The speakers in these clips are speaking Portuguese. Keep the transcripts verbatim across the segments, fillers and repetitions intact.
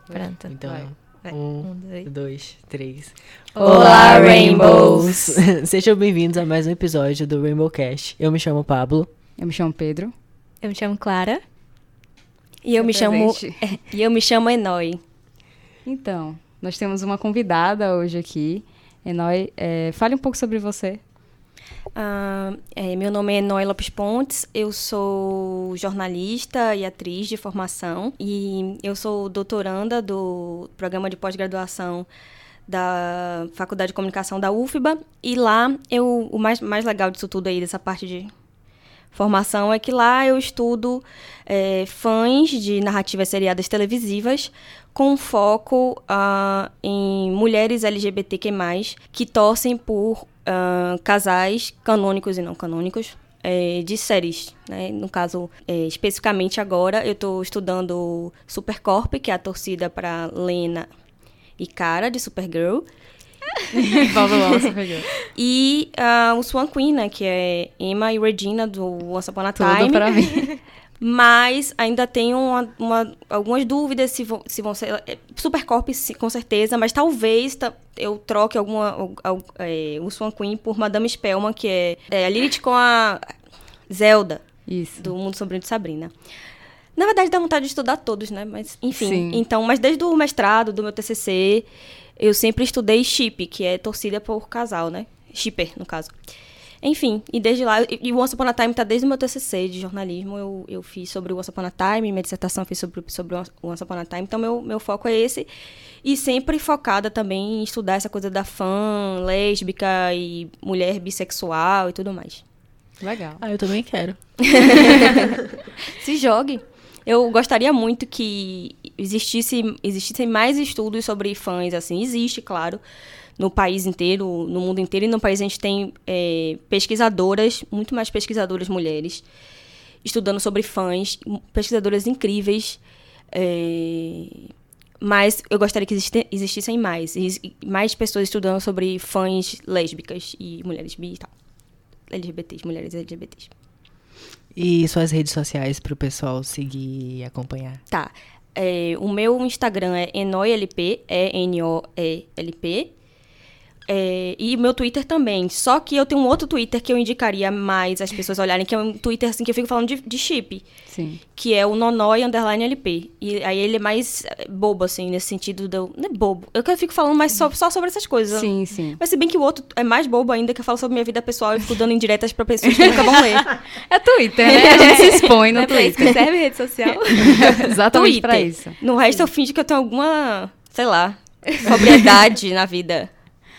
Pronto. Então, Vai. Vai. um, Um, dois. dois, três. Olá, Rainbows! Sejam bem-vindos a mais um episódio do Rainbow Cast. Eu me chamo Pablo. Eu me chamo Pedro. Eu me chamo Clara. E eu, me chamo, presente. é, e eu me chamo Enói. Então, nós temos uma convidada hoje aqui. Enói, é, fale um pouco sobre você. Ah, é, meu nome é Enói Lopes Pontes, eu sou jornalista e atriz de formação e eu sou doutoranda do programa de pós-graduação da Faculdade de Comunicação da U F B A e lá eu, o mais, mais legal disso tudo aí, dessa parte de formação, é que lá eu estudo é, fãs de narrativas seriadas televisivas com foco uh, em mulheres L G B T Q mais, que torcem por uh, casais canônicos e não canônicos é, de séries. Né? No caso, é, especificamente agora, eu estou estudando Supercorp, que é a torcida para Lena e Cara, de Supergirl. E uh, o Swan Queen, né, que é Emma e Regina do Once Upon a Time. Tudo pra mim. Mas ainda tenho uma, uma, algumas dúvidas se vão, se vão ser... Supercorp, com certeza, mas talvez ta, eu troque alguma, alguma, é, o Swan Queen por Madame Spellman, que é, é a Lilith com a Zelda, Isso. do Mundo Sombrio de Sabrina. Na verdade, dá vontade de estudar todos, né? Mas, enfim. Sim. Então, mas desde o mestrado, do meu T C C, eu sempre estudei ship, que é torcida por casal, né? Shipper, no caso. Enfim, e desde lá, e o Once Upon a Time tá desde o meu T C C de jornalismo, eu, eu fiz sobre o Once Upon a Time, minha dissertação eu fiz sobre, sobre o Once Upon a Time, então meu, meu foco é esse, e sempre focada também em estudar essa coisa da fã, lésbica e mulher bissexual e tudo mais. Legal. Ah, eu também quero. Se jogue. Eu gostaria muito que existisse, existissem mais estudos sobre fãs, assim, existe, claro, no país inteiro, no mundo inteiro, e no país a gente tem é, pesquisadoras, muito mais pesquisadoras mulheres, estudando sobre fãs, pesquisadoras incríveis, é, mas eu gostaria que existe, existissem mais, mais pessoas estudando sobre fãs lésbicas e mulheres bi e tal, L G B Ts, mulheres L G B Ts. E suas redes sociais pro pessoal seguir e acompanhar? Tá, é, o meu Instagram é enoilp, é N O E L P, É, e meu Twitter também. Só que eu tenho um outro Twitter que eu indicaria mais as pessoas olharem, que é um Twitter assim que eu fico falando de, de chip. Sim. Que é o Nonói underline L P. E aí ele é mais bobo, assim, nesse sentido do... Não é bobo. Eu que eu fico falando mais só, só sobre essas coisas. Sim, sim. Mas se bem que o outro é mais bobo ainda, que eu falo sobre minha vida pessoal e fico dando indiretas pra pessoas que nunca vão ler. É Twitter, né? A gente se expõe no Não é pra isso que Twitter. serve rede social? Exatamente Twitter. pra isso. No resto eu finjo que eu tenho alguma, sei lá, sobriedade na vida.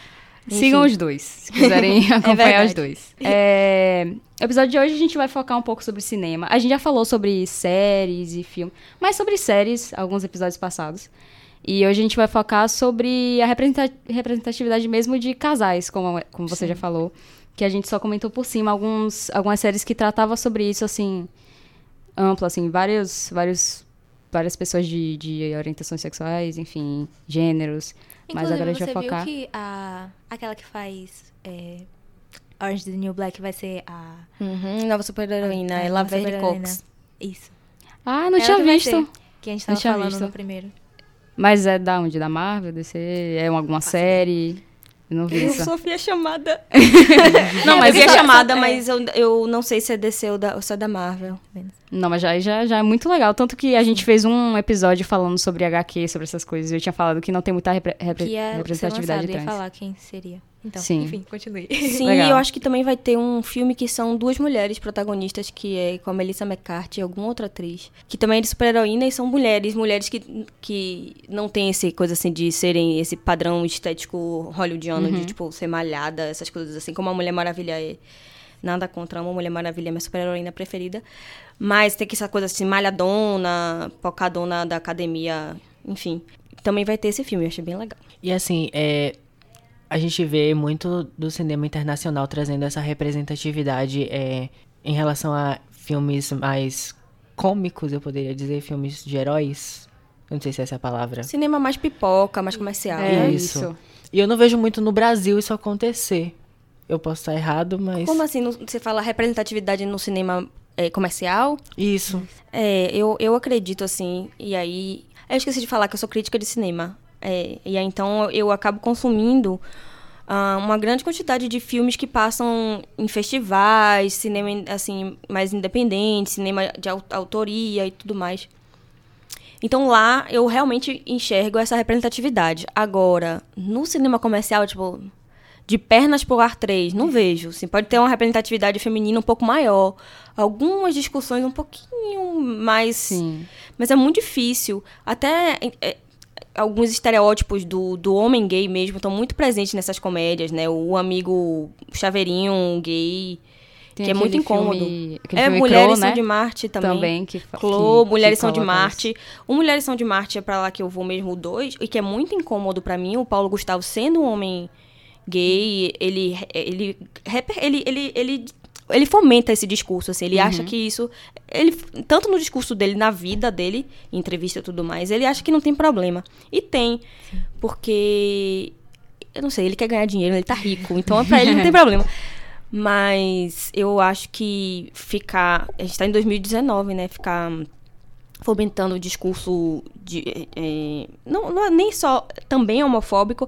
Sigam Enfim. os dois, se quiserem acompanhar os verdade. dois. É, no episódio de hoje a gente vai focar um pouco sobre cinema. A gente já falou sobre séries e filmes, mas sobre séries, alguns episódios passados. E hoje a gente vai focar sobre a representa- representatividade mesmo de casais, como, como você Sim. já falou. Que a gente só comentou por cima alguns, algumas séries que tratavam sobre isso, assim, amplo, assim, vários, vários, várias pessoas de, de orientações sexuais, enfim, gêneros. Mas Inclusive, agora a gente você vai focar... viu que a, aquela que faz é, Orange is the New Black vai ser a... Uhum, nova super-heroína, a é nova Laverne super-heroína. Cox. Isso. Ah, não Ela tinha que vai visto. ser, que a gente Não tava tinha falando visto. no primeiro. Mas é da onde? Da Marvel? D C? É alguma série? Eu não vi Eu isso. só vi a chamada. Não, mas eu vi a já- chamada, é. mas eu, eu não sei se é D C ou, da, ou se é da Marvel. Não, mas já, já, já é muito legal. Tanto que a gente fez um episódio falando sobre H Q, sobre essas coisas. Eu tinha falado que não tem muita repre- repre- Que ia ser representatividade lançado, ia trans. falar quem seria. Então, Sim. enfim, continue. Sim, Legal. e eu acho que também vai ter um filme que são duas mulheres protagonistas, que é com a Melissa McCarthy e alguma outra atriz. Que também é de super-heroína e são mulheres. Mulheres que, que não tem esse coisa assim de serem esse padrão estético hollywoodiano, Uhum. de tipo ser malhada, essas coisas assim. Como a Mulher Maravilha é... Nada contra a Mulher Maravilha, é minha super-heroína preferida. Mas tem que essa coisa assim, malhadona, pocadona da academia, enfim. Também vai ter esse filme, eu achei bem legal. E assim, é, a gente vê muito do cinema internacional trazendo essa representatividade é, em relação a filmes mais cômicos, eu poderia dizer, filmes de heróis. Não sei se essa é a palavra. Cinema mais pipoca, mais comercial. É Isso. isso. E eu não vejo muito no Brasil isso acontecer. Eu posso estar errado, mas... Como assim, no- você fala representatividade no cinema é, comercial? Isso. É, eu, eu acredito, assim, e aí... Eu esqueci de falar que eu sou crítica de cinema. É, e aí, então, eu acabo consumindo uh, uma grande quantidade de filmes que passam em festivais, cinema, assim, mais independente, cinema de autoria e tudo mais. Então, lá, eu realmente enxergo essa representatividade. Agora, no cinema comercial, tipo, de pernas pro ar três, não vejo. Assim, pode ter uma representatividade feminina um pouco maior. Algumas discussões um pouquinho mais... Sim. Mas é muito difícil. Até é, alguns estereótipos do, do homem gay mesmo estão muito presentes nessas comédias, né? O amigo chaveirinho gay... Tem que é muito incômodo. Filme, é filme Mulheres Crow, São né? de Marte também. Também. Que, Clô, que, Mulheres que São de coloca Marte. isso. O Mulheres São de Marte é pra lá que eu vou mesmo, o dois, e que é muito incômodo pra mim. O Paulo Gustavo, sendo um homem gay, ele ele, ele, ele, ele, ele fomenta esse discurso, assim. Ele Uhum. acha que isso... Ele, tanto no discurso dele, na vida dele, em entrevista e tudo mais, ele acha que não tem problema. E tem. Sim. Porque... Eu não sei, ele quer ganhar dinheiro, ele tá rico. Então, pra ele não tem problema. Mas eu acho que ficar... A gente tá em dois mil e dezenove, né? Ficar fomentando o discurso de... É, não, não é nem só também homofóbico,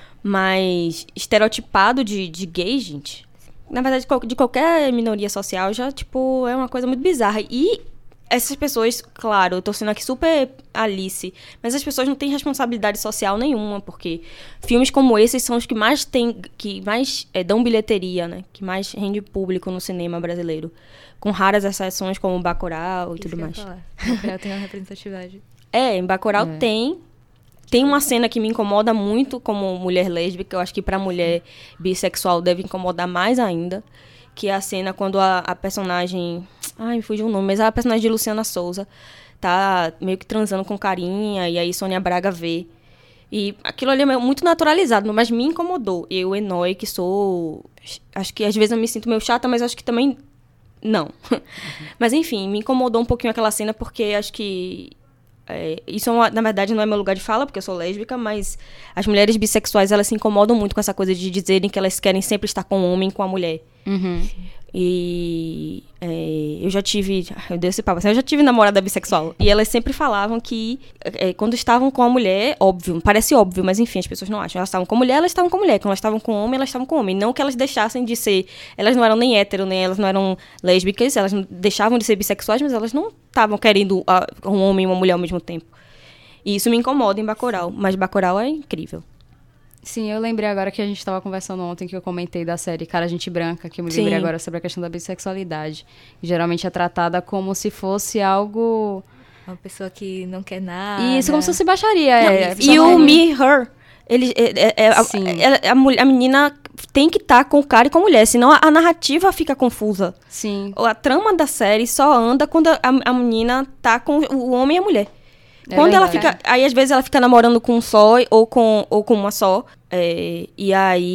mas estereotipado de, de gay, gente. Na verdade, de qualquer minoria social já, tipo, é uma coisa muito bizarra. E essas pessoas, claro, eu tô sendo aqui super Alice, mas as pessoas não têm responsabilidade social nenhuma, porque filmes como esses são os que mais tem, que mais é, dão bilheteria, né? Que mais rende público no cinema brasileiro. Com raras exceções como Bacurau e Isso tudo que eu mais. ia falar. Bacurau tem uma representatividade. É, em Bacurau É. tem. Tem uma cena que me incomoda muito como mulher lésbica, eu acho que pra mulher bissexual deve incomodar mais ainda, que é a cena quando a, a personagem... Ai, me fugiu o nome, mas a personagem de Luciana Souza tá meio que transando com carinha, e aí Sônia Braga vê. E aquilo ali é muito naturalizado, mas me incomodou. Eu, Enói, que sou... Acho que às vezes eu me sinto meio chata, mas acho que também... Não. Uhum. Mas enfim, me incomodou um pouquinho aquela cena, porque acho que... É, isso, é uma, na verdade, não é meu lugar de fala, porque eu sou lésbica, mas as mulheres bissexuais, elas se incomodam muito com essa coisa de dizerem que elas querem sempre estar com o homem, com a mulher. Uhum. E é, eu já tive... Eu dei esse papo, assim, eu já tive namorada bissexual. E elas sempre falavam que é, quando estavam com a mulher, óbvio, parece óbvio, mas enfim, as pessoas não acham. Elas estavam com a mulher, elas estavam com a mulher. Quando elas estavam com o homem, elas estavam com o homem. Não que elas deixassem de ser... Elas não eram nem hétero, nem elas não eram lésbicas, elas não deixavam de ser bissexuais, mas elas não estavam querendo uh, um homem e uma mulher ao mesmo tempo. E isso me incomoda em Bacurau. Mas Bacurau é incrível. Sim, eu lembrei agora que a gente estava conversando ontem, que eu comentei da série Cara Gente Branca, que eu me lembrei Sim. agora sobre a questão da bissexualidade. Geralmente é tratada como se fosse algo... Uma pessoa que não quer nada. Isso, como se fosse baixaria. Não, é, e o Me, Her... Ele, é, é, a, Sim. a, a, a menina tem que estar com o cara e com a mulher, senão a, a narrativa fica confusa. Sim. A trama da série só anda quando a, a menina tá com o homem e a mulher. É Quando ela verdade. fica... Aí, às vezes, ela fica namorando com um só ou com, ou com uma só. É, e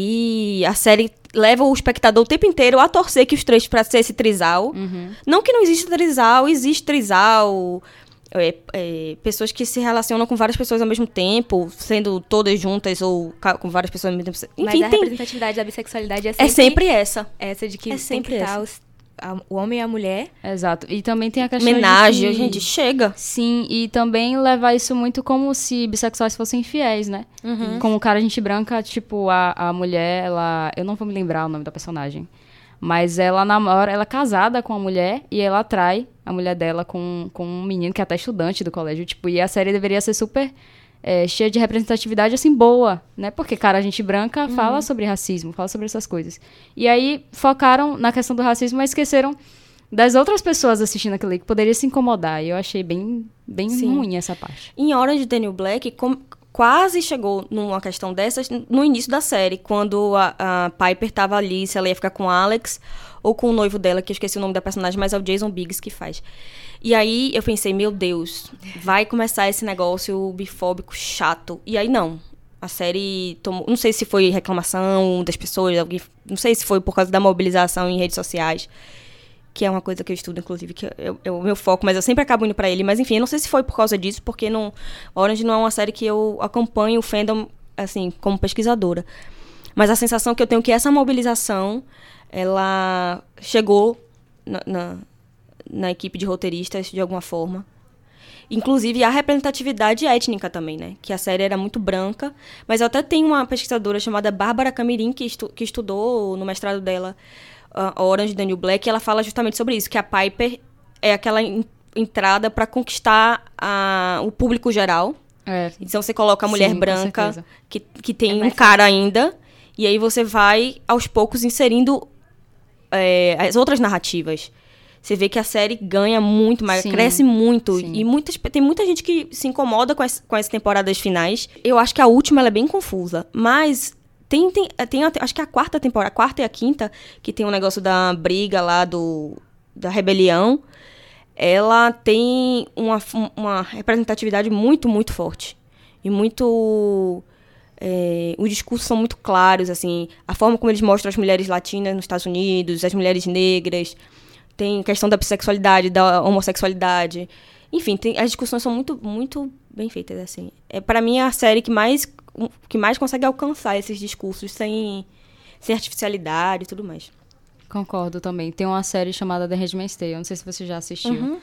aí, a série leva o espectador o tempo inteiro a torcer que os três pra ser esse trisal. Uhum. Não que não existe trisal, existe trisal... É, é, pessoas que se relacionam com várias pessoas ao mesmo tempo, sendo todas juntas ou ca- com várias pessoas ao mesmo tempo. Mas Enfim, a tem... representatividade da bissexualidade é É sempre, sempre essa. essa de que é tem sempre que estar essa. os, a, o homem e a mulher. Exato. E também tem a questão Homenagem, de que... gente, chega. Sim, e também levar isso muito como se bissexuais fossem infiéis, né? Uhum. Como Cara Gente Branca, tipo, a, a mulher, ela... Eu não vou me lembrar o nome da personagem. Mas ela namora, ela é casada com a mulher e ela atrai a mulher dela com, com um menino que é até estudante do colégio. Tipo, e a série deveria ser super é, cheia de representatividade, assim, boa, né? Porque Cara Gente Branca Uhum. fala sobre racismo, fala sobre essas coisas. E aí focaram na questão do racismo, mas esqueceram das outras pessoas assistindo aquilo ali que poderiam se incomodar. E eu achei bem, bem Sim. ruim essa parte. Em Orange is the New Black, com- quase chegou numa questão dessas no início da série, quando a, a Piper tava ali, se ela ia ficar com o Alex ou com o noivo dela, que eu esqueci o nome da personagem, mas é o Jason Biggs que faz. E aí eu pensei, meu Deus, vai começar esse negócio bifóbico chato. E aí não. A série tomou... Não sei se foi reclamação das pessoas, alguém, não sei se foi por causa da mobilização em redes sociais, que é uma coisa que eu estudo, inclusive, que é, é o meu foco, mas eu sempre acabo indo pra ele. Mas, enfim, eu não sei se foi por causa disso, porque não, Orange não é uma série que eu acompanho o fandom, assim, como pesquisadora. Mas a sensação que eu tenho é que essa mobilização, ela chegou na, na, na equipe de roteiristas, de alguma forma. Inclusive, a representatividade étnica também, né? Que a série era muito branca. Mas eu até tenho uma pesquisadora chamada Bárbara Camirim, que, estu- que estudou no mestrado dela uh, Orange is the New Black, e ela fala justamente sobre isso, que a Piper é aquela in- entrada para conquistar a, o público geral. É. Então, você coloca a mulher Sim, com branca, certeza. que, que tem É um cara ainda, e aí você vai, aos poucos, inserindo é, as outras narrativas. Você vê que a série ganha muito, mas Sim, cresce muito. sim. E muitas, tem muita gente que se incomoda com as, com as temporadas finais. Eu acho que a última ela é bem confusa. Mas tem, tem, tem até- acho que a quarta temporada, a quarta e a quinta, que tem um negócio da briga lá, do, da rebelião. Ela tem uma, uma representatividade muito, muito forte. E muito... É, os discursos são muito claros, assim. A forma como eles mostram as mulheres latinas nos Estados Unidos, as mulheres negras... Tem questão da bissexualidade, da homossexualidade. Enfim, tem, as discussões são muito, muito bem feitas, assim. É, para mim, é a série que mais, que mais consegue alcançar esses discursos sem, sem artificialidade e tudo mais. Concordo também. Tem uma série chamada The Handmaid's Tale, não sei se você já assistiu. Uhum.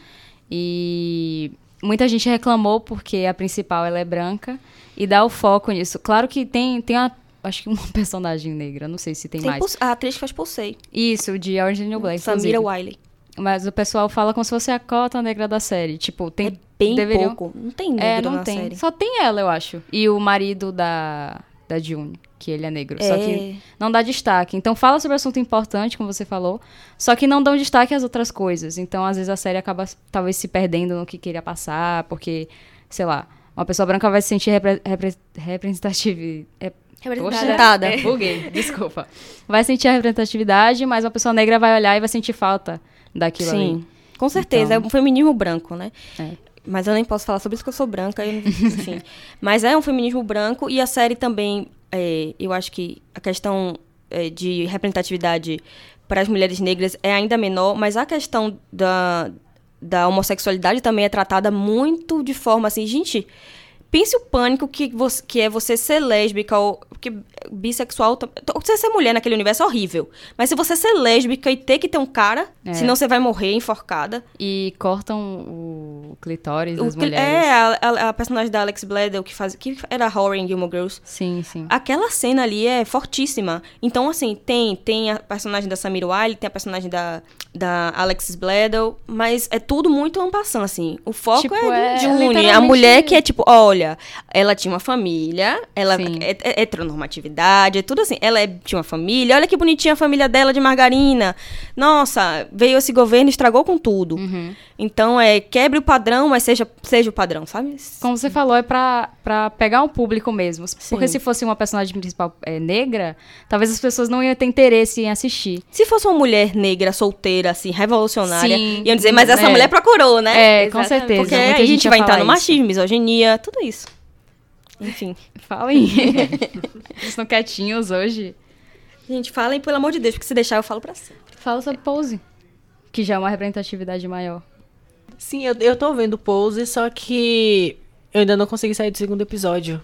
E muita gente reclamou porque a principal ela é branca e dá o foco nisso. Claro que tem, tem a, acho que uma personagem negra, não sei se tem, Tem mais. Pulse- a atriz que faz Pulsei. Isso, de Orange is the New Black. Samira inclusive. Wiley. Mas o pessoal fala como se fosse a cota negra da série. Tipo, tem... É bem deveriam... pouco. Não tem negro É, não na tem. série. Só tem ela, eu acho. E o marido da, da June, que ele é negro. Só É. que não dá destaque. Então fala sobre assunto importante, como você falou, só que não dão destaque às outras coisas. Então, às vezes, a série acaba talvez se perdendo no que queria passar, porque, sei lá, uma pessoa branca vai se sentir repre repre representativa. É, Representada. Poxa, é, buguei, desculpa. Vai sentir a representatividade, mas uma pessoa negra vai olhar e vai sentir falta daquilo ali. Sim, com certeza. Então- É um feminismo branco, né? É. Mas eu nem posso falar sobre isso que eu sou branca, eu- enfim. Mas é um feminismo branco e a série também, é, eu acho que a questão é, de representatividade para as mulheres negras é ainda menor, mas a questão da, da homossexualidade também é tratada muito de forma assim, gente... Pense o pânico que, você, que é você ser lésbica ou que bissexual. tam- Você ser mulher naquele universo é horrível. Mas se você ser lésbica e ter que ter um cara, É. senão você vai morrer enforcada. E cortam o clitóris O das que- mulheres. é, a, a- a personagem da Alex Bledel, que, faz, que era horror em Gilmore Girls. Sim, sim. Aquela cena ali é fortíssima. Então, assim, tem, tem a personagem da Samira Wiley, tem a personagem da, da Alexis Bledel, mas é tudo muito en passant, assim. O foco Tipo, é, é de June, a literalmente- mulher que é tipo, olha, ela tinha uma família, ela Sim. é, é heteronormatividade, é tudo assim. Ela é- tinha uma família, olha que bonitinha a família dela de margarina. Nossa, veio esse governo e estragou com tudo. Uhum. Então, é, quebre o padrão, mas seja, seja o padrão, sabe? Como você falou, é pra, pra pegar um público mesmo. Porque Sim. se fosse uma personagem principal é, negra, talvez as pessoas não iam ter interesse em assistir. Se fosse uma mulher negra, solteira, assim, revolucionária, Sim, iam dizer, mas essa é. mulher procurou, né? É, com Exatamente. certeza. Porque Muita aí a gente ia vai entrar falar no isso. machismo, misoginia, tudo isso. Enfim. Falem. Eles estão quietinhos hoje. Gente, falem, pelo amor de Deus, porque se deixar eu falo pra sempre. Fala sobre Pose, que já é uma representatividade maior. Sim, eu, eu tô vendo Pose, só que eu ainda não consegui sair do segundo episódio.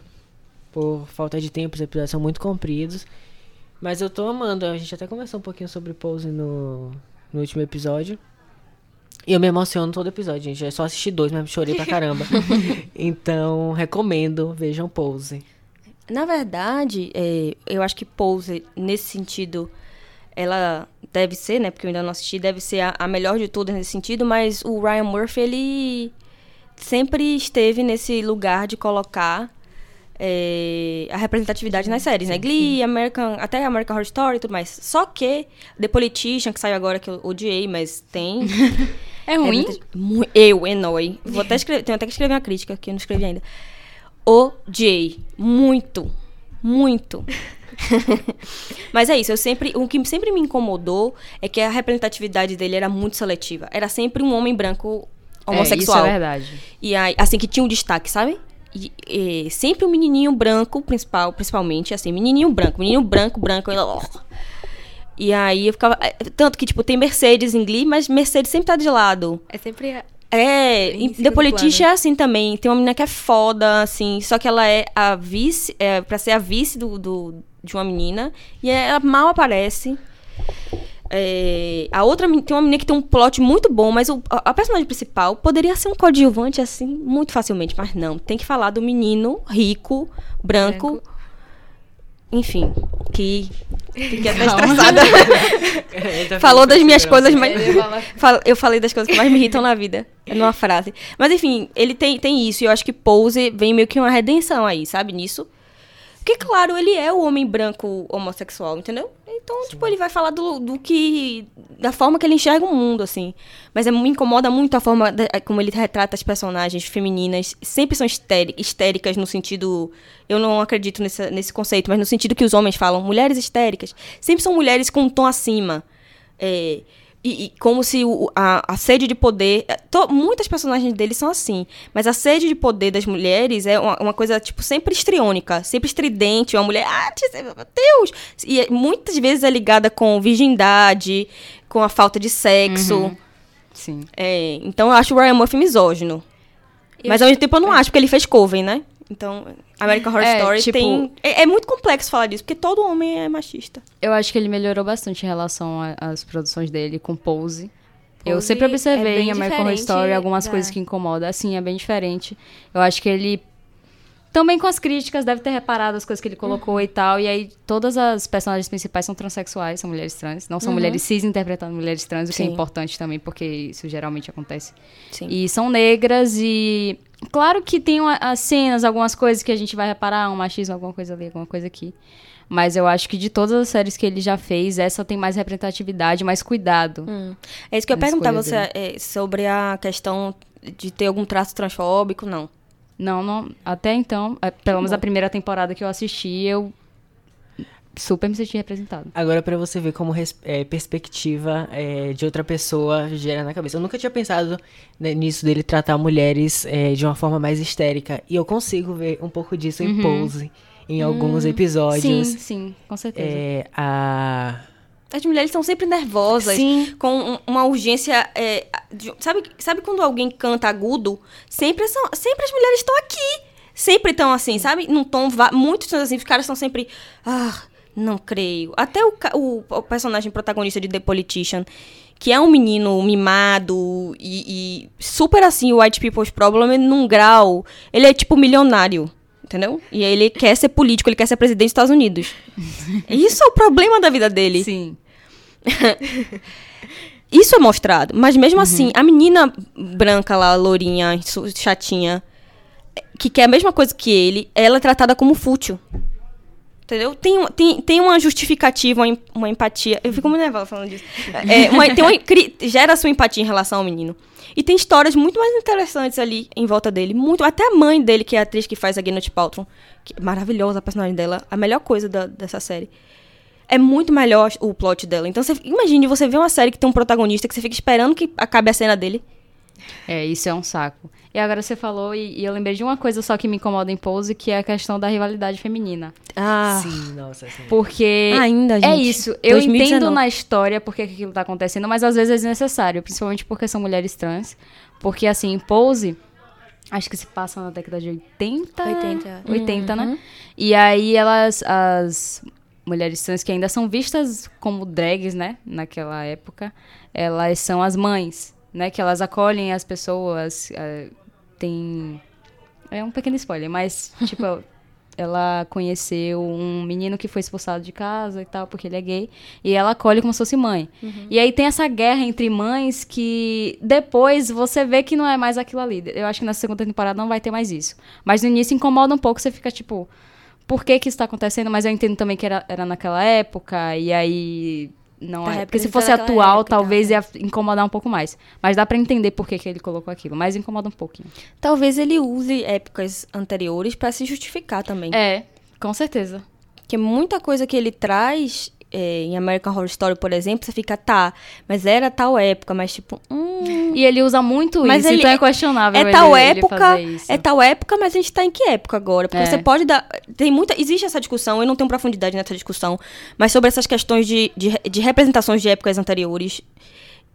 Por falta de tempo, os episódios são muito compridos. Mas eu tô amando. A gente até conversou um pouquinho sobre Pose no, no último episódio. E eu me emociono todo episódio, gente. Eu só assisti dois, mas chorei pra caramba. Então, recomendo, vejam Pose. Na verdade, é, eu acho que Pose, nesse sentido, ela deve ser, né? Porque eu ainda não assisti, deve ser a, a melhor de todas nesse sentido, mas o Ryan Murphy, ele sempre esteve nesse lugar de colocar é, a representatividade nas séries, né? Glee, American, até American Horror Story e tudo mais. Só que The Politician, que saiu agora, que eu odiei, mas tem... É ruim? Mu- Eu, Enoy. Vou até escrever, tenho até que escrever uma crítica, que eu não escrevi ainda. Odiei. Muito. Muito. Mas é isso, eu sempre, o que sempre me incomodou é que a representatividade dele era muito seletiva. Era sempre um homem branco homossexual. É, isso é verdade. E aí, assim, que tinha um destaque, sabe? E, e sempre um menininho branco, principal, principalmente, assim, menininho branco, menino branco, branco. E, e aí eu ficava... Tanto que, tipo, tem Mercedes em Glee, mas Mercedes sempre tá de lado. É sempre... a- É, Em e The segundo Politician plano. é assim também. Tem uma menina que é foda, assim, só que ela é a vice, é, pra ser a vice do, do, de uma menina, e ela mal aparece. É, a outra tem uma menina que tem um plot muito bom, mas o, a, a personagem principal poderia ser um coadjuvante assim, muito facilmente, mas não. Tem que falar do menino rico, branco, branco. Enfim, que fiquei até estressada. Falou das minhas coisas, mas eu falei das coisas que mais me irritam na vida, numa frase. Mas enfim, ele tem, tem isso, e eu acho que Pose vem meio que uma redenção aí, sabe, nisso. Porque, claro, ele é o homem branco homossexual, entendeu? Então, Sim. tipo, ele vai falar do, do que... da forma que ele enxerga o mundo, assim. Mas é, me incomoda muito a forma de, como ele retrata as personagens femininas. Sempre são histéricas no sentido... Eu não acredito nesse, nesse conceito, mas no sentido que os homens falam. Mulheres histéricas. Sempre são mulheres com um tom acima. É... E, e como se o, a, a sede de poder... To, muitas personagens deles são assim. Mas a sede de poder das mulheres é uma, uma coisa, tipo, sempre histriônica. Sempre estridente. Uma mulher... Ah, meu Deus! E é, muitas vezes é ligada com virgindade, com a falta de sexo. Uhum. Sim. É, então eu acho o Ryan Murphy misógino. Eu mas ao mesmo tempo eu não é. acho, porque ele fez Coven, né? Então, American Horror é, Story tipo, tem... É, é muito complexo falar disso, porque todo homem é machista. Eu acho que ele melhorou bastante em relação às produções dele com Pose. Pose eu sempre observei é em American Horror Story algumas da... coisas que incomodam. Assim, é bem diferente. Eu acho que ele... Também com as críticas, deve ter reparado as coisas que ele colocou uhum. e tal. E aí, todas as personagens principais são transexuais, são mulheres trans. Não são uhum. mulheres cis interpretando mulheres trans, o Sim. que é importante também, porque isso geralmente acontece. Sim. E são negras e... Claro que tem uma, as cenas, algumas coisas que a gente vai reparar, um machismo, alguma coisa ali, alguma coisa aqui. Mas eu acho que de todas as séries que ele já fez, essa tem mais representatividade, mais cuidado. Hum. É isso que eu ia perguntar você é, sobre a questão de ter algum traço transfóbico, não. Não, não. Até então, é, pelo menos a primeira temporada que eu assisti, eu super me senti representado. Agora, pra você ver como res, é, perspectiva é, de outra pessoa gera na cabeça. Eu nunca tinha pensado, né, nisso dele tratar mulheres é, de uma forma mais histérica. E eu consigo ver um pouco disso em uhum. Pose, em hum, alguns episódios. Sim, sim, com certeza. É, a... As mulheres estão sempre nervosas, Sim. com uma urgência... É, de, sabe, sabe quando alguém canta agudo? Sempre, são, sempre as mulheres estão aqui. Sempre estão assim, sabe? Num tom muito assim. Os caras estão sempre... Ah, não creio. Até o, o, o personagem protagonista de The Politician, que é um menino mimado e, e super assim, o White People's Problem, num grau... Ele é tipo milionário. Entendeu? E aí ele quer ser político, ele quer ser presidente dos Estados Unidos. Isso é o problema da vida dele. Sim. Isso é mostrado. Mas mesmo uhum. assim, a menina branca lá, lourinha, chatinha, que quer a mesma coisa que ele, ela é tratada como fútil. Entendeu? Tem, tem, tem uma justificativa, uma, uma empatia. Eu fico muito nervosa falando disso. É, uma, tem uma, gera sua empatia em relação ao menino. E tem histórias muito mais interessantes ali em volta dele. Muito, até a mãe dele, que é a atriz que faz a Gwyneth Paltrow. Que é maravilhosa a personagem dela. A melhor coisa da, dessa série. É muito melhor o plot dela. Então, você, imagine você ver uma série que tem um protagonista que você fica esperando que acabe a cena dele. É, isso é um saco. E agora você falou, e, e eu lembrei de uma coisa só que me incomoda em Pose, que é a questão da rivalidade feminina. Ah, sim, nossa. Sim. Porque ainda, gente, é isso. Eu dois mil e dezenove. Entendo na história porque aquilo tá acontecendo, mas às vezes é desnecessário, principalmente porque são mulheres trans. Porque, assim, em Pose, acho que se passa na década de oitenta. oitenta. oitenta, uhum. né? E aí elas, as mulheres trans que ainda são vistas como drags, né? Naquela época, elas são as mães, né? Que elas acolhem as pessoas. Uh, tem... É um pequeno spoiler, mas, tipo... Ela conheceu um menino que foi expulsado de casa e tal, porque ele é gay. E ela acolhe como se fosse mãe. Uhum. E aí tem essa guerra entre mães que depois você vê que não é mais aquilo ali. Eu acho que na segunda temporada não vai ter mais isso. Mas no início incomoda um pouco, você fica tipo... Por que que isso tá acontecendo? Mas eu entendo também que era, era naquela época. E aí... Não é, porque se fosse atual, época, talvez ia incomodar um pouco mais. Mas dá pra entender por que, que ele colocou aquilo. Mas incomoda um pouquinho. Talvez ele use épocas anteriores pra se justificar também. É, com certeza. Porque muita coisa que ele traz... É, em American Horror Story, por exemplo, você fica, tá, mas era tal época, mas tipo... Hum, e ele usa muito mas isso, ele, então é questionável é tal ele, época, ele fazer isso. É tal época, mas a gente tá em que época agora? Porque é. você pode dar... Tem muita, existe essa discussão, eu não tenho profundidade nessa discussão, mas sobre essas questões de, de, de representações de épocas anteriores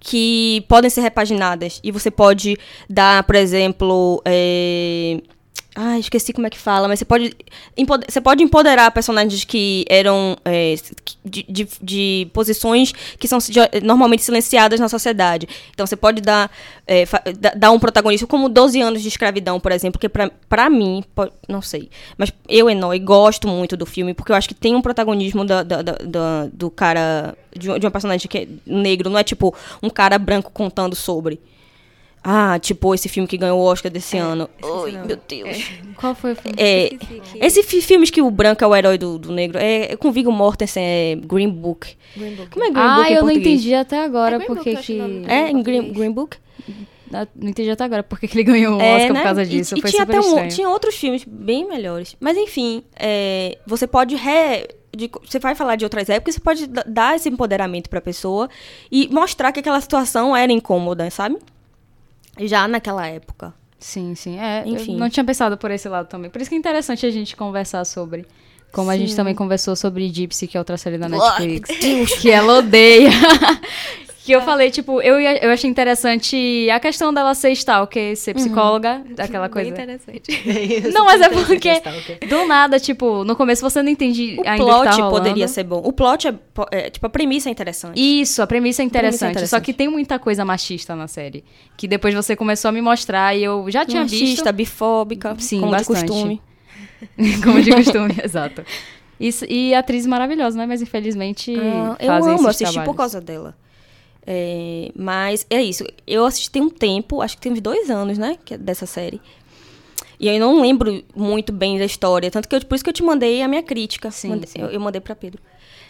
que podem ser repaginadas. E você pode dar, por exemplo... É, Ah, esqueci como é que fala, mas você pode, empoder, você pode empoderar personagens que eram é, de, de, de posições que são de, normalmente silenciadas na sociedade. Então, você pode dar, é, fa, dar um protagonista como doze anos de escravidão, por exemplo, que pra, pra mim, pode, não sei, mas eu, Enoy, gosto muito do filme, porque eu acho que tem um protagonismo da, da, da, da, do cara, de, de um personagem que é negro, não é tipo um cara branco contando sobre... Ah, tipo, esse filme que ganhou o Oscar desse é, ano. Ai, meu Deus. É. Qual foi o filme? É, que... Esses filmes que o branco é o herói do, do negro. É, é com Viggo Mortensen, é Green Book. Green Book. Como é Green ah, Book em eu português? Não entendi até agora é porque Book, que... É, em Green, Green Book? Não entendi até agora porque que ele ganhou o Oscar é, né? Por causa disso. E, foi e tinha, até um, tinha outros filmes bem melhores. Mas, enfim, é, você pode... Re... De, você vai falar de outras épocas, você pode dar esse empoderamento pra pessoa e mostrar que aquela situação era incômoda, sabe? Já naquela época. Sim, sim. É, enfim. Eu não tinha pensado por esse lado também. Por isso que é interessante a gente conversar sobre. Como sim. A gente também conversou sobre Gypsy, que é outra série da Netflix. Que ela odeia. Que eu falei, tipo, eu, eu achei interessante a questão dela ser stalker, ser psicóloga, uhum. Aquela coisa. Bem interessante. É não, mas é porque, do nada, tipo, no começo você não entende o ainda plot que tá rolando. Poderia ser bom. O plot é, é, tipo, a premissa é interessante. Isso, a premissa é interessante. Premissa é interessante. Só que tem muita coisa machista na série. Que depois você começou a me mostrar e eu já tinha machista, visto. Machista, bifóbica, sim, como bastante. de costume. Como de costume, exato. Isso, e atriz maravilhosa, né? Mas infelizmente ah, fazem eu amo, esses assisti trabalhos. por causa dela. É, mas é isso. Eu assisti tem um tempo, acho que tem uns dois anos, né? Que é dessa série. E eu não lembro muito bem da história. Tanto que eu, por isso que eu te mandei a minha crítica. Sim, mandei, sim. Eu, eu mandei pra Pedro.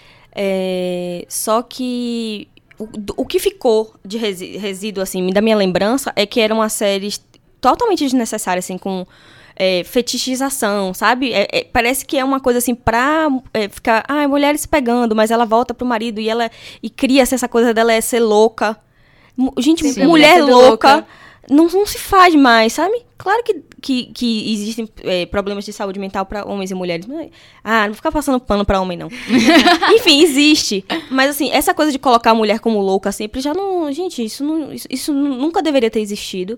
É, só que o, o que ficou de resi, resíduo, assim, da minha lembrança é que era uma série totalmente desnecessária, assim, com é, fetichização, sabe? É, é, parece que é uma coisa assim pra é, ficar, ah, mulheres se pegando, mas ela volta pro marido e ela e cria-se essa coisa dela é ser louca. Gente, Sempre mulher louca, louca. Não, não se faz mais, sabe? Claro que, que, que existem é, problemas de saúde mental pra homens e mulheres. Mas, ah, não vou ficar passando pano pra homem, não. Enfim, existe. Mas, assim, essa coisa de colocar a mulher como louca sempre já não... Gente, isso, não, isso, isso nunca deveria ter existido.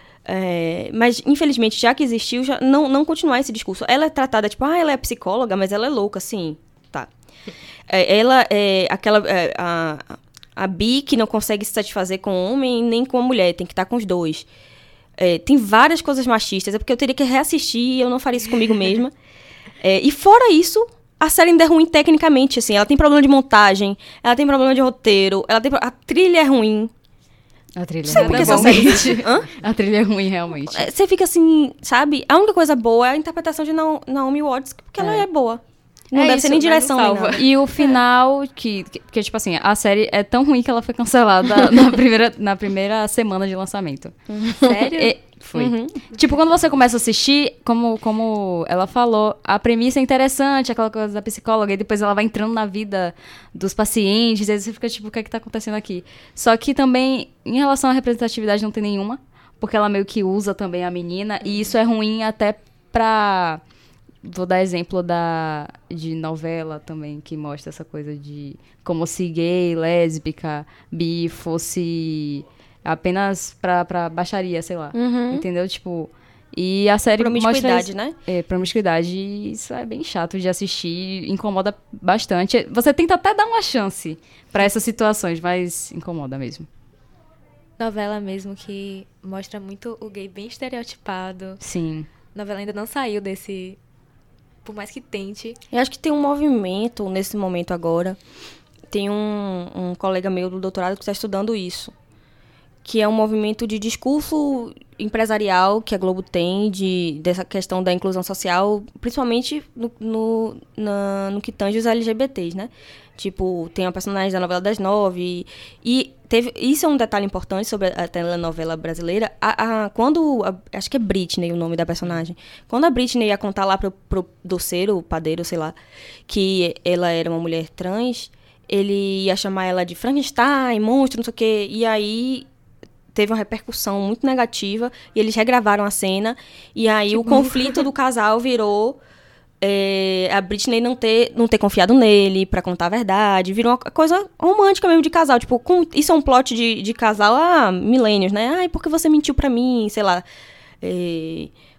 É, mas, infelizmente, já que existiu, já não, não continuar esse discurso. Ela é tratada, tipo, ah, ela é psicóloga, mas ela é louca, sim. Tá. É, ela é aquela... É, a, a bi que não consegue se satisfazer com o homem nem com a mulher, tem que estar com os dois. É, tem várias coisas machistas, é porque eu teria que reassistir e eu não faria isso comigo mesma. É, e fora isso, a série ainda é ruim tecnicamente, assim. Ela tem problema de montagem, ela tem problema de roteiro, ela tem, a trilha é ruim. A trilha é ruim. Essa série... Hã? A trilha é ruim, realmente. Você fica assim, sabe? A única coisa boa é a interpretação de Naomi Watts, porque é. ela é boa. Não é deve isso, ser nem direção, nem nada. E o final, é. que, que, que, tipo assim, a série é tão ruim que ela foi cancelada na, primeira, na primeira semana de lançamento. Sério? E, foi. Uhum. Tipo, quando você começa a assistir, como, como ela falou, a premissa é interessante, aquela coisa da psicóloga, e depois ela vai entrando na vida dos pacientes, e aí você fica tipo, o que é que tá acontecendo aqui? Só que também, em relação à representatividade, não tem nenhuma, porque ela meio que usa também a menina, e isso é ruim até pra... Vou dar exemplo da, de novela também, que mostra essa coisa de como se gay, lésbica, bi fosse apenas pra, pra baixaria, sei lá. Uhum. Entendeu? Tipo, e a série promiscuidade, mostra... né? É, promiscuidade, e isso é bem chato de assistir, incomoda bastante. Você tenta até dar uma chance pra essas situações, mas incomoda mesmo. Novela mesmo que mostra muito o gay bem estereotipado. Sim. A novela ainda não saiu desse... Por mais que tente. Eu acho que tem um movimento nesse momento agora. Tem um, um colega meu do doutorado que está estudando isso. Que é um movimento de discurso empresarial que a Globo tem, de, dessa questão da inclusão social, principalmente no, no, na, no que tange os L G B Ts, né? Tipo, tem a personagem da novela das nove. E teve, isso é um detalhe importante sobre a telenovela brasileira. A, a, quando, a, acho que é Britney o nome da personagem. Quando a Britney ia contar lá pro, pro doceiro, padeiro, sei lá, que ela era uma mulher trans, ele ia chamar ela de Frankenstein, monstro, não sei o quê. E aí teve uma repercussão muito negativa. E eles regravaram a cena. E aí que o bom. conflito do casal virou... É, a Britney não ter, não ter confiado nele pra contar a verdade. Virou uma coisa romântica mesmo de casal. Tipo, com, isso é um plot de, de casal há milênios, né? Ai, por que você mentiu pra mim? Sei lá. É,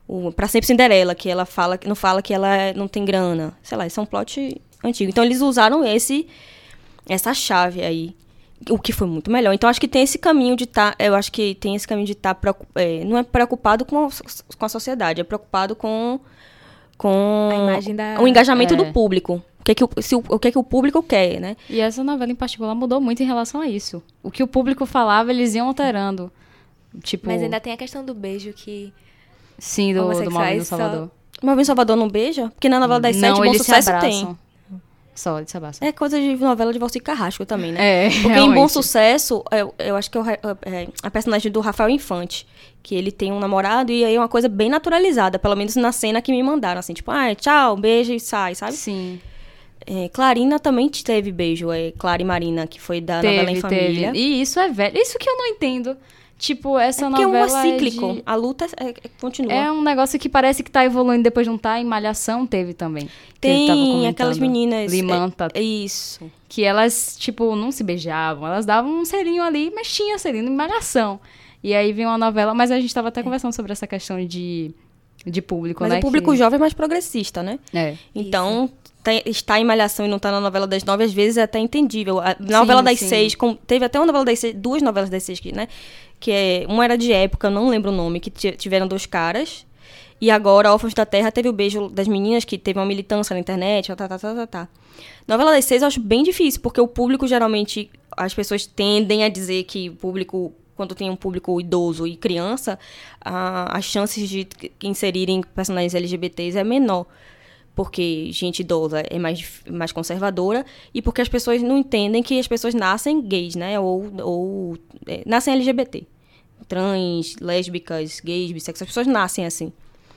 o Pra Sempre Cinderela, que ela fala, não fala que ela não tem grana. Sei lá, isso é um plot antigo. Então, eles usaram esse, essa chave aí, o que foi muito melhor. Então, acho que tem esse caminho de estar... Tá, eu acho que tem esse caminho de estar... Tá, é, não é preocupado com a, com a sociedade, é preocupado com... com a imagem da... o engajamento é. do público. O que, é que o, se o, o que é que o público quer, né? E essa novela em particular mudou muito em relação a isso. O que o público falava, eles iam alterando. Tipo... Mas ainda tem a questão do beijo que... Sim, do, do Malvino homossexuais Salvador. O Malvino Salvador não beija? Porque na novela das sete, Não, Bom eles Sucesso se abraçam. tem. Só, eles se abraçam. É coisa de novela de Valci Carrasco também, né? É, Porque em realmente. Bom Sucesso, eu, eu acho que é, o, é a personagem do Rafael Infante, que ele tem um namorado e aí é uma coisa bem naturalizada, pelo menos na cena que me mandaram, assim, tipo, ah, tchau, beijo e sai, sabe? Sim. É, Clarina também teve beijo, é Clara e Marina, que foi da Teve, novela Em Família. teve. E isso é velho. Isso que eu não entendo. Tipo, essa É porque novela é um cíclico, de- a luta é, é, continua. é um negócio que parece que tá evoluindo, depois não tá. Em Malhação teve também. que ele tava Tem comentando. aquelas meninas... Limanta. É, é isso. Que elas, tipo, não se beijavam. Elas davam um selinho ali, mas tinha selinho em Malhação. E aí vem uma novela... Mas a gente tava até conversando sobre essa questão de, de público, Mas né? o público que... jovem é mais progressista, né? É. Então, tem- estar em Malhação e não estar na novela das nove, às vezes é até entendível. A novela das sim. seis, com- teve até uma novela das seis, duas novelas das seis, que, né? Que é, uma era de época, eu não lembro o nome, que ti- tiveram dois caras. E agora, Órfãos da Terra teve o beijo das meninas, que teve uma militância na internet, tá, tá, tá, tá, tá. Novela das seis eu acho bem difícil, porque o público, geralmente, as pessoas tendem a dizer que o público... Quando tem um público idoso e criança, a, as chances de inserirem personagens L G B T s é menor. Porque gente idosa é mais, mais conservadora e porque as pessoas não entendem que as pessoas nascem gays, né? Ou, ou é, nascem L G B T. Trans, lésbicas, gays, bissexuais, as pessoas nascem assim.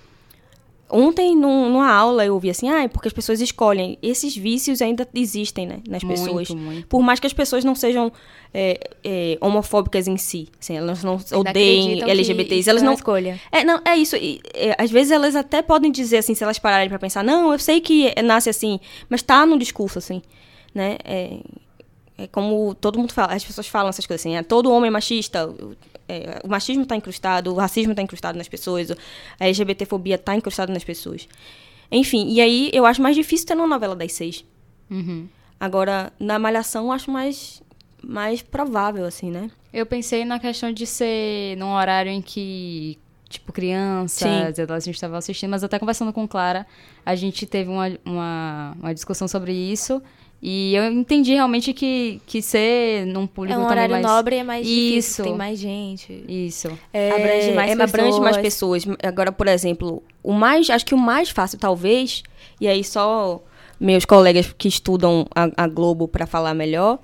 Ontem, num, numa aula, eu ouvi assim, ah, é porque as pessoas escolhem. Esses vícios ainda existem, né, nas Muito, pessoas. muito. Por mais que as pessoas não sejam é, é, homofóbicas em si. Assim, elas não Ainda odeiem acreditam L G B T s. que isso Elas é uma não... escolha. É, não, é isso. E, é, às vezes elas até podem dizer, assim, se elas pararem pra pensar, não, eu sei que é- nasce assim, mas tá no discurso, assim, né? É, é como todo mundo fala, as pessoas falam essas coisas assim, é, todo homem é machista, o, é, o machismo tá incrustado, o racismo tá incrustado nas pessoas, a L G B T fobia tá incrustada nas pessoas. Enfim, e aí eu acho mais difícil ter uma novela das seis. Uhum. Agora, na Malhação, eu acho mais, mais provável, assim, né? Eu pensei na questão de ser num horário em que, tipo, crianças e adolescentes estavam assistindo, mas até conversando com Clara, a gente teve uma, uma, uma discussão sobre isso. E eu entendi realmente que, que ser num público É um também horário mais... nobre, é mais difícil, Isso. tem mais gente. Isso. É, Abrange mais é, abrange mais pessoas. pessoas. Agora, por exemplo, o mais, acho que o mais fácil, talvez, e aí só meus colegas que estudam a, a Globo para falar melhor,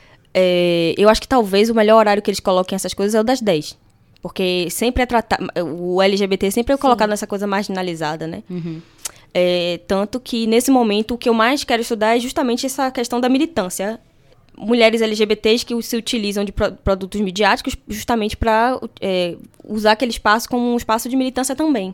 é, eu acho que talvez o melhor horário que eles coloquem essas coisas é o das dez. Porque sempre é tratado, o L G B T sempre é colocado nessa coisa marginalizada, né? Uhum. É, tanto que, nesse momento, o que eu mais quero estudar é justamente essa questão da militância. Mulheres L G B T s que se utilizam de pro- produtos midiáticos justamente para é, usar aquele espaço como um espaço de militância também.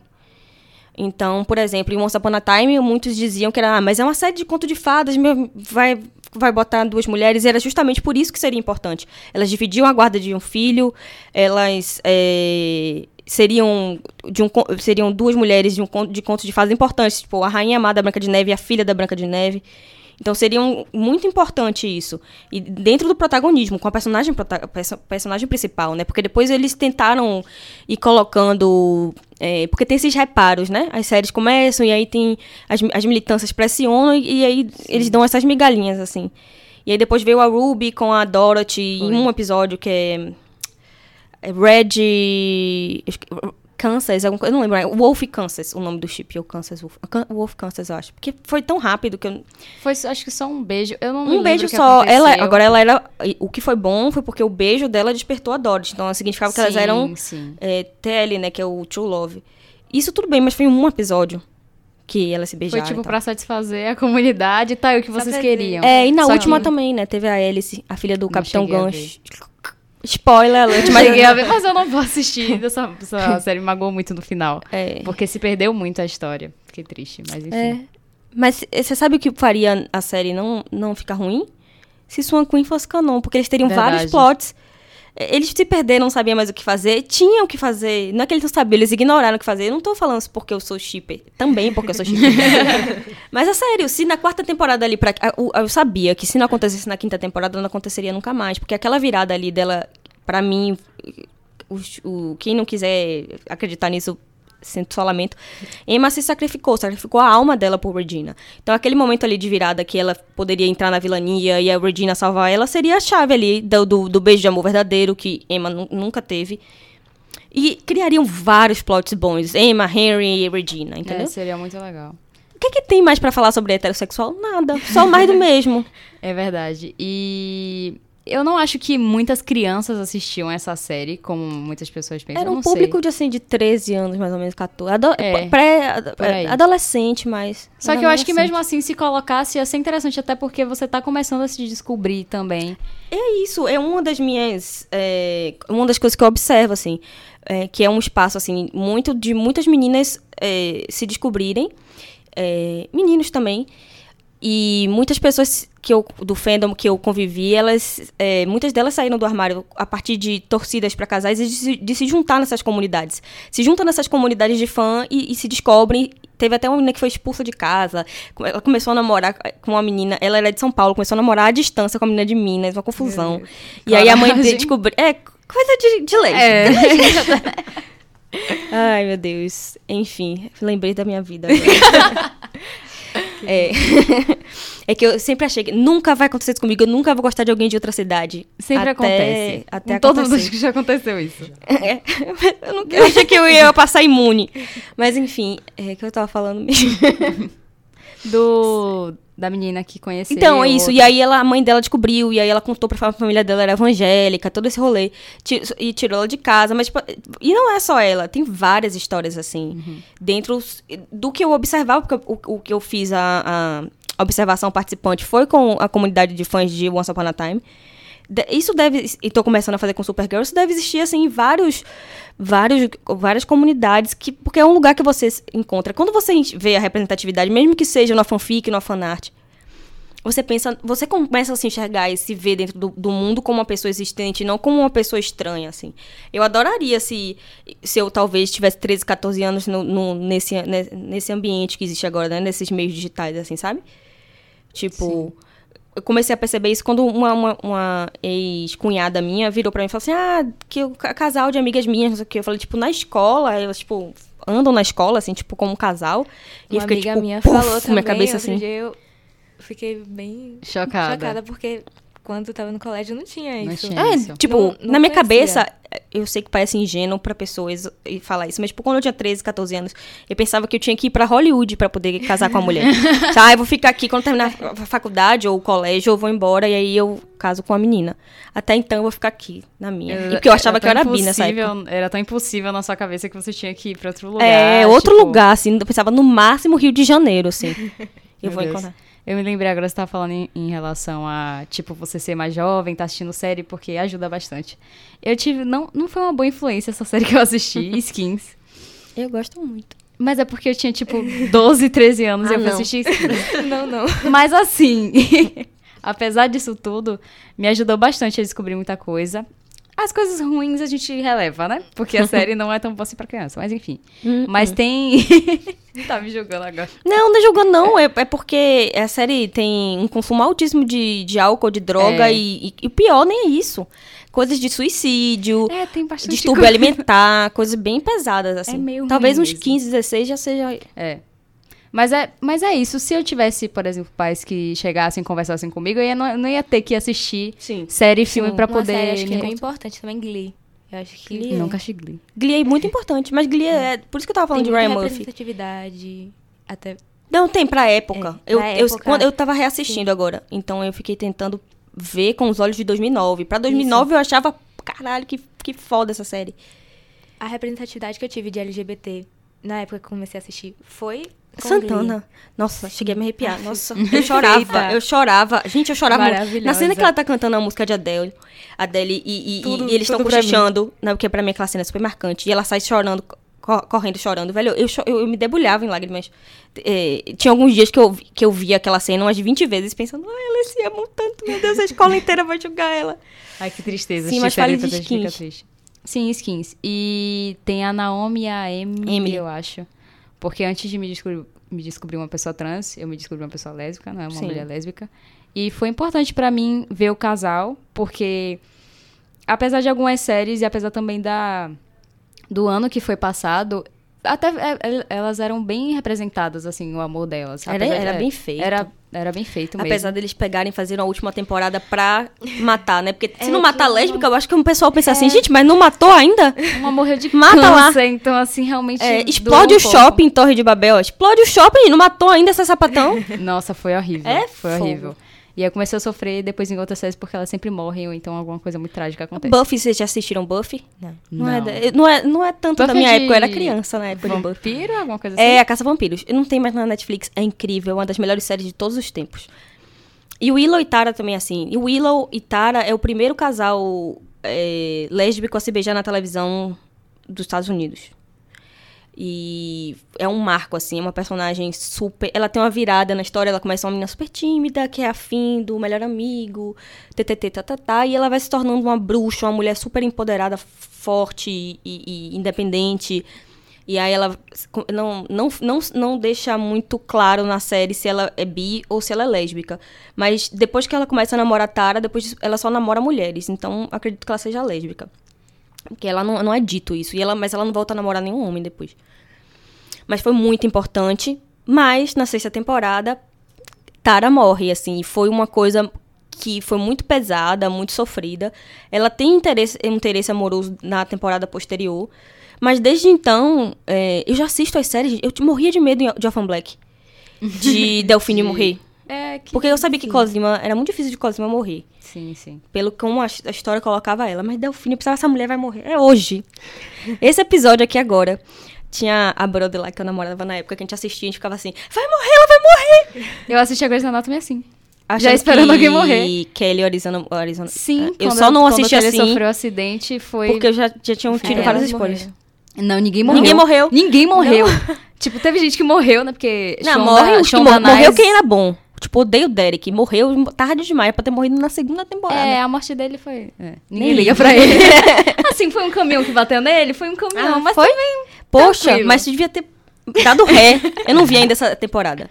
Então, por exemplo, em Once Upon a Time, muitos diziam que era, ah, mas é uma série de conto de fadas, meu, vai, vai botar duas mulheres, e era justamente por isso que seria importante. Elas dividiam a guarda de um filho, elas... É, seriam, de um, seriam duas mulheres de um conto de contos de fadas importantes, tipo a rainha amada da Branca de Neve e a filha da Branca de Neve. Então seria um, muito importante isso. E dentro do protagonismo, com a personagem, prota- perso- personagem principal, né? Porque depois eles tentaram ir colocando... É, porque tem esses reparos, né? As séries começam e aí tem... As, as militâncias pressionam e, e aí Sim. eles dão essas migalhinhas, assim. E aí depois veio a Ruby com a Dorothy Foi. em um episódio que é... Red... Kansas, eu não lembro. Wolf Kansas, o nome do chip. Ou Kansas Wolf. Wolf Kansas, eu acho. Porque foi tão rápido que eu... Foi, acho que só um beijo. Eu não Um lembro beijo o que só. aconteceu. Ela, agora ela era... O que foi bom foi porque o beijo dela despertou a Dorothy. Então, significava que sim, elas eram é, T L, né? Que é o True Love. Isso tudo bem, mas foi em um episódio que elas se beijaram. Foi tipo pra satisfazer a comunidade. Tá, o que vocês queriam. É, e na só última que... também, né? Teve a Alice, a filha do Não Capitão cheguei a Gancho. Spoiler alert, Mas... mas... Cheguei a ver, mas eu não vou assistir. Essa, essa série me magoou muito no final. É. Porque se perdeu muito a história. Fiquei triste, mas enfim. É. Mas você sabe o que faria a série não, não ficar ruim? Se Swan Queen fosse canon, porque eles teriam Verdade. vários plots. Eles se perderam, não sabiam mais o que fazer. Tinham o que fazer. Não é que eles não sabiam, eles ignoraram o que fazer. Eu não tô falando isso porque eu sou shipper. Também porque eu sou shipper. Mas é sério, se na quarta temporada ali... Pra, eu, eu sabia que se não acontecesse na quinta temporada, não aconteceria nunca mais. Porque aquela virada ali dela, pra mim... O, o, quem não quiser acreditar nisso... Sinto só lamento. Emma se sacrificou, sacrificou a alma dela por Regina. Então, aquele momento ali de virada que ela poderia entrar na vilania e a Regina salvar ela, seria a chave ali do, do, do beijo de amor verdadeiro que Emma nunca teve. E criariam vários plots bons. Emma, Henry e Regina, entendeu? É, seria muito legal. O que é que tem mais pra falar sobre heterossexual? Nada. Só mais do mesmo. É verdade. E... eu não acho que muitas crianças assistiam essa série, como muitas pessoas pensam. Era um não público sei. de, assim, de treze anos, mais ou menos, quatorze. Ado- É, pré, por aí. adolescente, mas... Só que eu acho que adolescente. mesmo assim, se colocasse, ia ser interessante, até porque você tá começando a se descobrir também. É isso, é uma das minhas... É, uma das coisas que eu observo, assim, é, que é um espaço, assim, muito de muitas meninas é, se descobrirem, é, meninos também, e muitas pessoas que eu, do fandom que eu convivi, elas, é, muitas delas saíram do armário a partir de torcidas para casais e de se, de se juntar nessas comunidades. Se juntam nessas comunidades de fã e, e se descobrem. Teve até uma menina que foi expulsa de casa. Ela começou a namorar com uma menina. Ela era de São Paulo, começou a namorar à distância com a menina de Minas, uma confusão. E aí a mãe dele descobriu. É, coisa de, de leite. É. Ai, meu Deus. Enfim, lembrei da minha vida agora. É. É que eu sempre achei que nunca vai acontecer isso comigo, eu nunca vou gostar de alguém de outra cidade. Sempre até, acontece. Até Com todo mundo acontecer. que já aconteceu isso. É, eu, não, eu achei que eu ia passar imune. Mas enfim, é que eu tava falando mesmo. Do... da menina que conheceu. Então, é isso. outra. E aí ela, a mãe dela descobriu, e aí ela contou pra a família dela, era evangélica, todo esse rolê. Ti- E tirou ela de casa. Mas, tipo, e não é só ela, tem várias histórias assim. Uhum. Dentro do que eu observava, porque o, o que eu fiz a, a observação participante foi com a comunidade de fãs de Once Upon a Time. De- Isso deve, e tô começando a fazer com Supergirl, isso deve existir, assim, em vários, vários, várias comunidades, que, porque é um lugar que você se encontra. Quando você vê a representatividade, mesmo que seja na fanfic, na fanart, você pensa, você começa a se enxergar e se ver dentro do, do mundo como uma pessoa existente, não como uma pessoa estranha, assim. Eu adoraria se, se eu talvez tivesse treze, catorze anos no, no, nesse, ne- nesse ambiente que existe agora, né? Nesses meios digitais, assim, sabe? Tipo... Sim. Eu comecei a perceber isso quando uma, uma, uma ex-cunhada minha virou pra mim e falou assim, ah, que o ca- casal de amigas minhas, não sei o que. Eu falei, tipo, na escola, elas, tipo, andam na escola, assim, tipo, como um casal. E eu Uma fiquei, amiga tipo, minha puf, falou também, minha cabeça, outro assim. dia eu fiquei bem Chocada. chocada, porque quando eu tava no colégio não tinha Não isso. tinha. É, isso. tipo, Não- não na minha conhecia. cabeça, eu sei que parece ingênuo pra pessoas e falar isso, mas, tipo, quando eu tinha treze, catorze anos, eu pensava que eu tinha que ir pra Hollywood pra poder casar com a mulher. Tá, eu vou ficar aqui, quando terminar a faculdade ou o colégio, eu vou embora e aí eu caso com a menina. Até então, eu vou ficar aqui, na minha. E porque eu achava que eu era tão bi nessa época. impossível- Era tão impossível na sua cabeça que você tinha que ir pra outro lugar. É, outro tipo, lugar, assim, eu pensava no máximo Rio de Janeiro, assim. Eu Meu vou Deus. encontrar. Eu me lembrei agora, você tava falando em, em relação a, tipo, você ser mais jovem, tá assistindo série, porque ajuda bastante. Eu tive, não, não foi uma boa influência essa série que eu assisti, Skins. Eu gosto muito. Mas é porque eu tinha, tipo, doze, treze anos e Ah, eu fui não. assistir Skins. Não, não. Mas assim, apesar disso tudo, me ajudou bastante a descobrir muita coisa. As coisas ruins a gente releva, né? Porque a série não é tão boa assim pra criança, mas enfim. Hum, Mas tem... tá me julgando agora. Não, não é julgando, não. É, é porque a série tem um consumo altíssimo de, de álcool, de droga, É. e, e, e o pior nem é isso. Coisas de suicídio, É, tem bastante distúrbio coisa. alimentar, coisas bem pesadas, assim. É meio Talvez ruim uns mesmo. quinze, dezesseis já seja... É. Mas é, mas é isso. Se eu tivesse, por exemplo, pais que chegassem e conversassem comigo, eu ia, não, não ia ter que assistir Sim. série e filme Sim. pra Uma poder... série, acho que me é bem encont- importante também, Glee. Eu acho que Glee. Nunca achei Glee. Glee é muito importante, mas Glee é... Por isso que eu tava falando tem de muita Ryan Murphy. representatividade, até... Não, tem pra época. É, eu, pra eu, época, quando eu tava reassistindo agora, então eu fiquei tentando ver com os olhos de dois mil e nove. Pra dois mil e nove eu achava, caralho, que, que foda essa série. A representatividade que eu tive de L G B T na época que eu comecei a assistir foi com Santana. Glee. Nossa, cheguei a me arrepiar. Nossa, eu chorava, Perfeita. eu chorava. Gente, eu chorava muito. Maravilhosa. Na cena que ela tá cantando a música de Adele, Adele e, e, Tudo- e eles estão tudo pra cochichando, né, porque pra mim aquela cena é super marcante, e ela sai chorando, co- correndo, chorando. Velho, eu, cho- eu, eu me debulhava em lágrimas. É, tinha alguns dias que eu, vi- que eu via aquela cena umas vinte vezes, pensando, ai, elas se amam tanto, meu Deus, a escola inteira vai julgar ela. Ai, que tristeza. Sim, mas fale de Skins. Triste. Sim, Skins. E tem a Naomi e a Emily, Emily, eu acho. Porque antes de me descobrir, me descobrir uma pessoa trans, eu me descobri uma pessoa lésbica, não é uma Sim. mulher lésbica. E foi importante pra mim ver o casal, porque apesar de algumas séries e apesar também da, do ano que foi passado, até é, elas eram bem representadas, assim, o amor delas. Era, apesar, era é, bem feito. Era, era bem feito mesmo. Apesar deles pegarem e fazerem a última temporada pra matar, né? Porque se é, não matar a lésbica, eu acho que o pessoal pensa é. assim, gente, mas não matou ainda? Uma morreu de Mata câncer, lá. Então, assim, realmente... É, explode o um shopping em Torre de Babel. Explode o shopping, não matou ainda essa sapatão? Nossa, foi horrível. É Foi fogo. horrível. E eu comecei a sofrer depois em outras séries porque elas sempre morrem ou então alguma coisa muito trágica acontece. Buffy, vocês já assistiram Buffy? Não. Não, não. É, não, é, não é tanto Buffy da minha época, eu era criança na época Vampiro, de Buffy. Vampiro, alguma coisa assim? É, a Caça Vampiros. Não tem mais na Netflix, é incrível, é uma das melhores séries de todos os tempos. E o Willow e Tara também, assim. E o Willow e Tara é o primeiro casal é, lésbico a se beijar na televisão dos Estados Unidos. E é um marco, assim, é uma personagem super... Ela tem uma virada na história, ela começa uma menina super tímida, que é afim do melhor amigo, ttt, tatatá, e ela vai se tornando uma bruxa, uma mulher super empoderada, forte e, e independente. E aí ela não, não, não, não deixa muito claro na série se ela é bi ou se ela é lésbica. Mas depois que ela começa a namorar Tara, depois ela só namora mulheres, então acredito que ela seja lésbica. Porque ela não, não é dito isso, e ela, mas ela não volta a namorar nenhum homem depois. Mas foi muito importante. Mas, na sexta temporada, Tara morre, assim. E foi uma coisa que foi muito pesada, muito sofrida. Ela tem interesse, interesse amoroso na temporada posterior. Mas, desde então, é, eu já assisto as séries. Eu morria de medo de Orphan Black. De Delphine morrer. É, que Porque eu sabia sim. que Cosima... Era muito difícil de Cosima morrer. Sim, sim. Pelo como a, a história colocava ela. Mas Delphine, eu precisava, essa mulher vai morrer. É hoje. Esse episódio aqui agora... Tinha a brother lá que eu namorava na época, que a gente assistia e a gente ficava assim, vai morrer, ela vai morrer! Eu assisti a Grey's Anatomy assim. Achando já esperando que alguém morrer. Kelly Arizona... Arizona Sim, eu só não assisti quando assim. Quando sofreu um acidente, foi... Porque eu já, já tinha tido é, vários spoilers. Não, ninguém morreu. Ninguém morreu. Ninguém morreu. Não. Tipo, teve gente que morreu, né? Porque... Não, morre os que mor- morreu quem era bom. Tipo, odeio o Derek. Morreu tarde demais pra ter morrido na segunda temporada. É, a morte dele foi... É, ninguém Nem liga pra ele. Assim, foi um caminhão que bateu nele? Foi um caminhão, ah, mas foi? também... Poxa, tranquilo. Mas você devia ter dado ré. Eu não vi ainda essa temporada.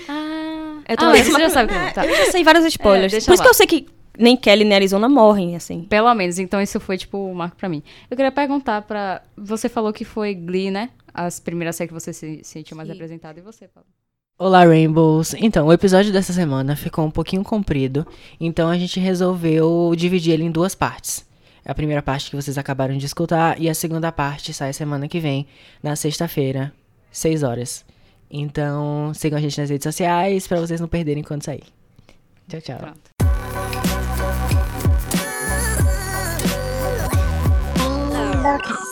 Ah, eu tô ah mas você já sabe que tá. Eu já sei vários spoilers. É, Por isso lá. que eu sei que nem Kelly nem Arizona morrem, assim. Pelo menos, então isso foi, tipo, um marco pra mim. Eu queria perguntar pra... Você falou que foi Glee, né? As primeiras séries que você se sentiu mais representada. E você, Paulo? Olá, Rainbows! Então, o episódio dessa semana ficou um pouquinho comprido, então a gente resolveu dividir ele em duas partes. A primeira parte que vocês acabaram de escutar e a segunda parte sai semana que vem, na sexta-feira, seis horas. Então, sigam a gente nas redes sociais pra vocês não perderem quando sair. Tchau, tchau. Pronto.